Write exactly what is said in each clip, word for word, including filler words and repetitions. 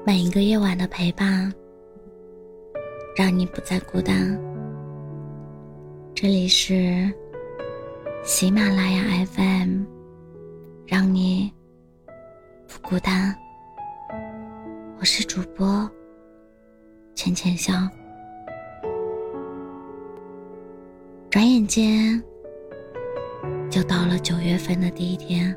每一个夜晚的陪伴，让你不再孤单。这里是喜马拉雅 F M， 让你不孤单。我是主播浅浅笑。转眼间就到了九月份的第一天，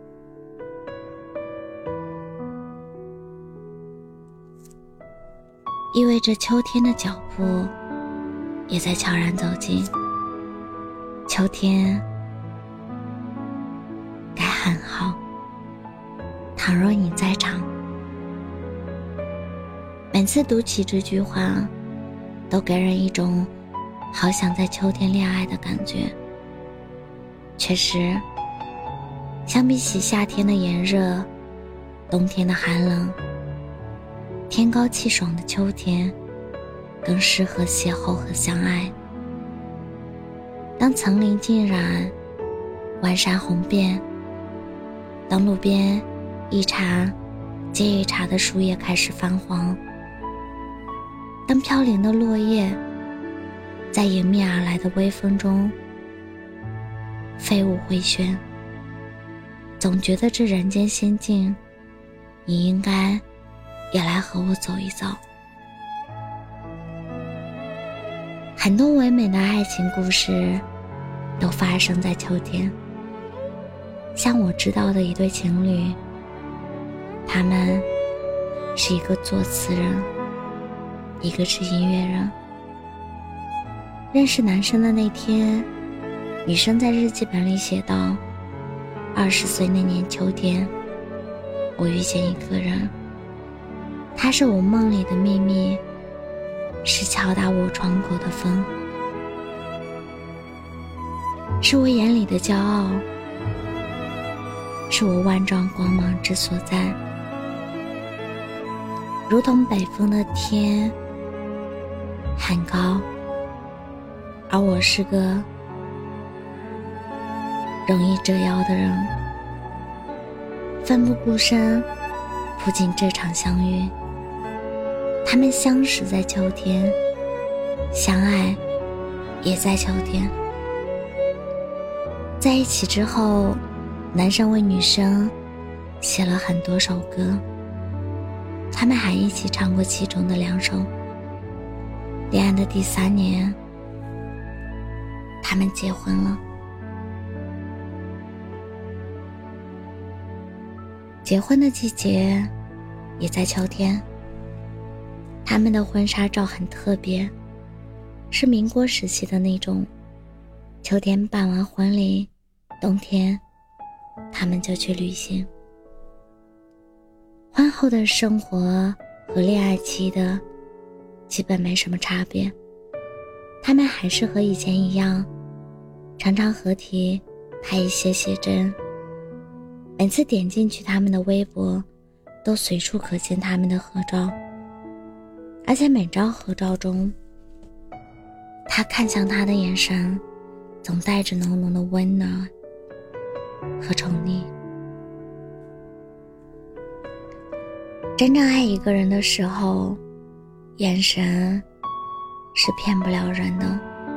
意味着秋天的脚步也在悄然走近。秋天该很好，倘若你在场。每次读起这句话，都给人一种好想在秋天恋爱的感觉。确实，相比起夏天的炎热，冬天的寒冷，天高气爽的秋天更适合邂逅和相爱。当层林尽染，万山红遍，当路边一茬接一茬的树叶开始泛黄，当飘零的落叶在迎面而来的微风中飞舞回旋，总觉得这人间仙境，你应该也来和我走一走。很多唯美的爱情故事都发生在秋天。像我知道的一对情侣，他们是一个作词人，一个是音乐人。认识男生的那天，女生在日记本里写道：二十岁那年秋天，我遇见一个人，他是我梦里的秘密，是敲打我窗口的风，是我眼里的骄傲，是我万丈光芒之所在。如同北风的天很高，而我是个容易折腰的人，奋不顾身扑进这场相遇。他们相识在秋天，相爱也在秋天。在一起之后，男生为女生写了很多首歌，他们还一起唱过其中的两首。恋爱的第三年，他们结婚了。结婚的季节也在秋天，他们的婚纱照很特别，是民国时期的那种。秋天办完婚礼，冬天他们就去旅行。婚后的生活和恋爱期的基本没什么差别，他们还是和以前一样，常常合体拍一些写真。每次点进去他们的微博，都随处可见他们的合照，而且每张合照中，他看向他的眼神总带着浓浓的温暖和宠溺。真正爱一个人的时候，眼神是骗不了人的。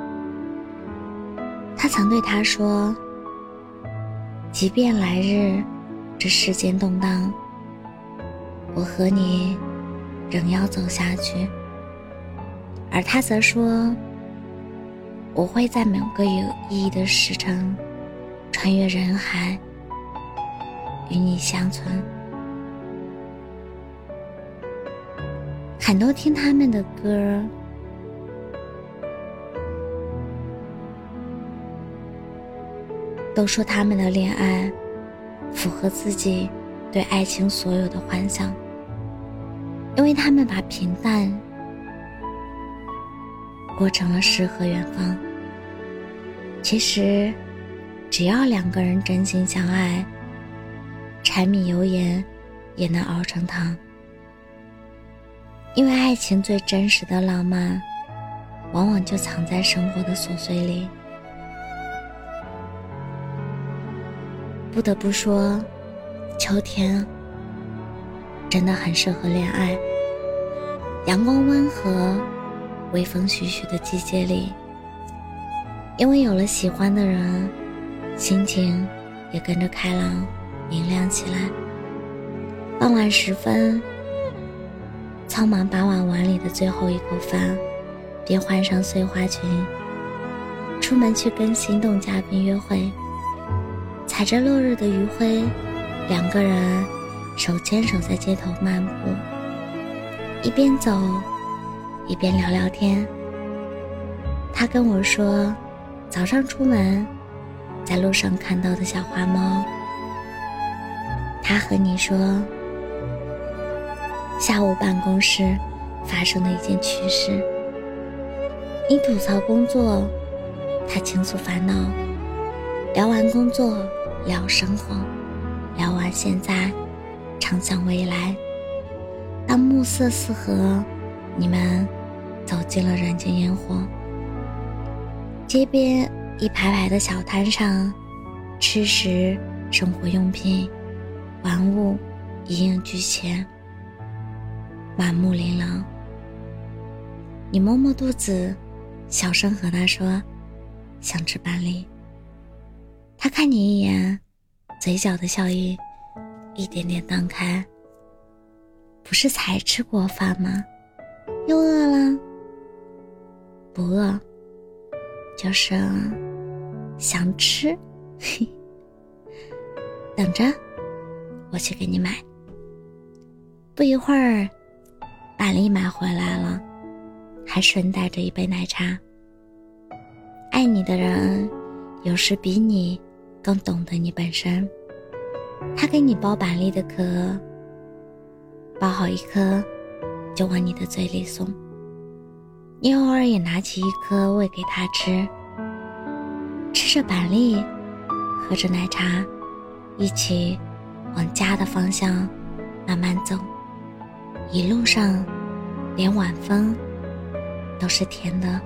他曾对他说，即便来日这世间动荡，我和你仍要走下去。而他则说，我会在某个有意义的时辰，穿越人海，与你相存。很多听他们的歌，都说他们的恋爱符合自己对爱情所有的幻想，因为他们把平淡过成了诗和远方。其实只要两个人真心相爱，柴米油盐也能熬成汤。因为爱情最真实的浪漫，往往就藏在生活的琐碎里。不得不说，秋天真的很适合恋爱。阳光温和，微风徐徐的季节里，因为有了喜欢的人，心情也跟着开朗明亮起来。傍晚时分，苍忙把碗碗里的最后一口饭，便换上碎花裙，出门去跟心动嘉宾约会。踩着落日的余晖，两个人手牵手在街头漫步，一边走一边聊聊天。他跟我说早上出门在路上看到的小花猫，他和你说下午办公室发生的一件趣事。你吐槽工作，他倾诉烦恼。聊完工作聊生活，聊完现在畅想未来。当暮色四合，你们走进了人间烟火。街边一排排的小摊上，吃食、生活用品、玩物一应俱全，满目琳琅。你摸摸肚子，小声和他说想吃板栗。他看你一眼，嘴角的笑意一点点荡开。不是才吃过饭吗？又饿了？不饿，就是想吃。等着，我去给你买。不一会儿，板栗买回来了，还顺带着一杯奶茶。爱你的人有时比你更懂得你本身。他给你剥板栗的壳，剥好一颗就往你的嘴里送，你偶尔也拿起一颗喂给他吃。吃着板栗，喝着奶茶，一起往家的方向慢慢走。一路上连晚风都是甜的。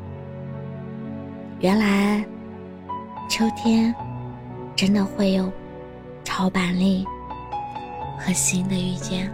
原来秋天真的会有炒板栗和新的遇见。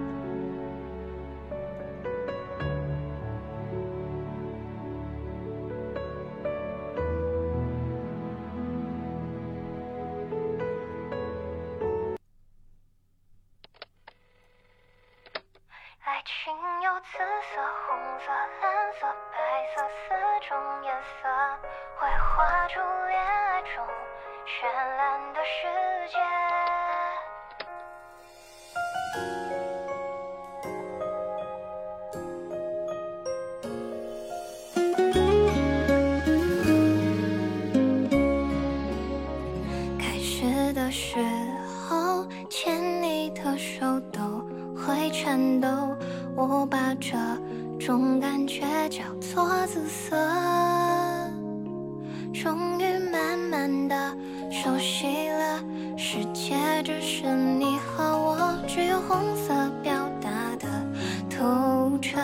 爱情有紫色、红色、蓝色、白色四种颜色，会画出恋爱中绚烂的世界。开始的时候，牵你的手都会颤抖，我把这种感觉叫做紫色。终于慢慢的熟悉了，世界只是你和我，只有红色表达的透彻。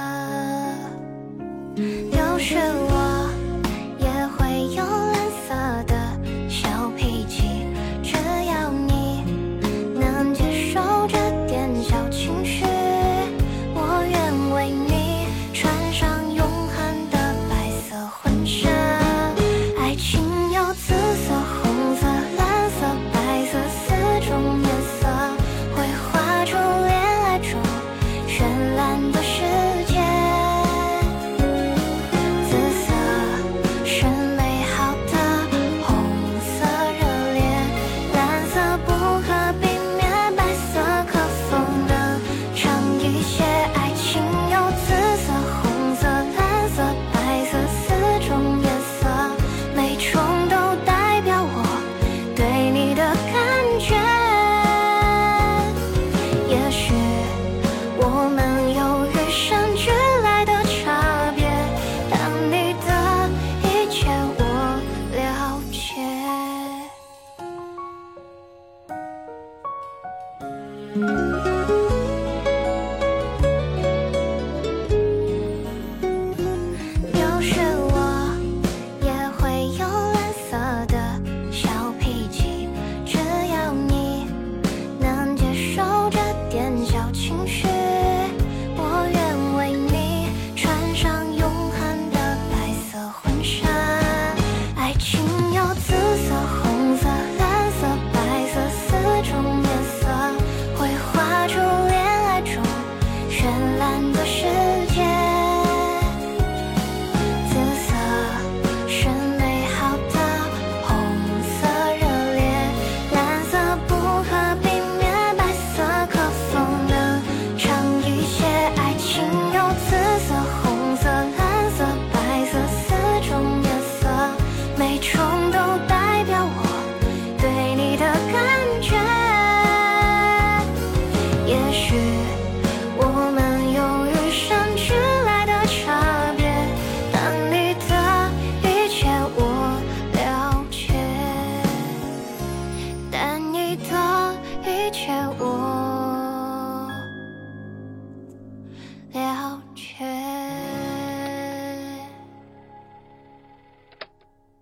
有时我也会有蓝色的小脾气，只要你能接受这点小情绪，我愿为你穿上永恒的白色婚纱。爱情有紫色、红色、蓝色、白色四种颜色，会画出恋爱中绚烂的世界。紫色是美好的红色热烈，蓝色不可避免，白色可否能尝一些？爱情有紫色、红色、蓝色、白色四种颜色，每种都代表我对你的感觉。也许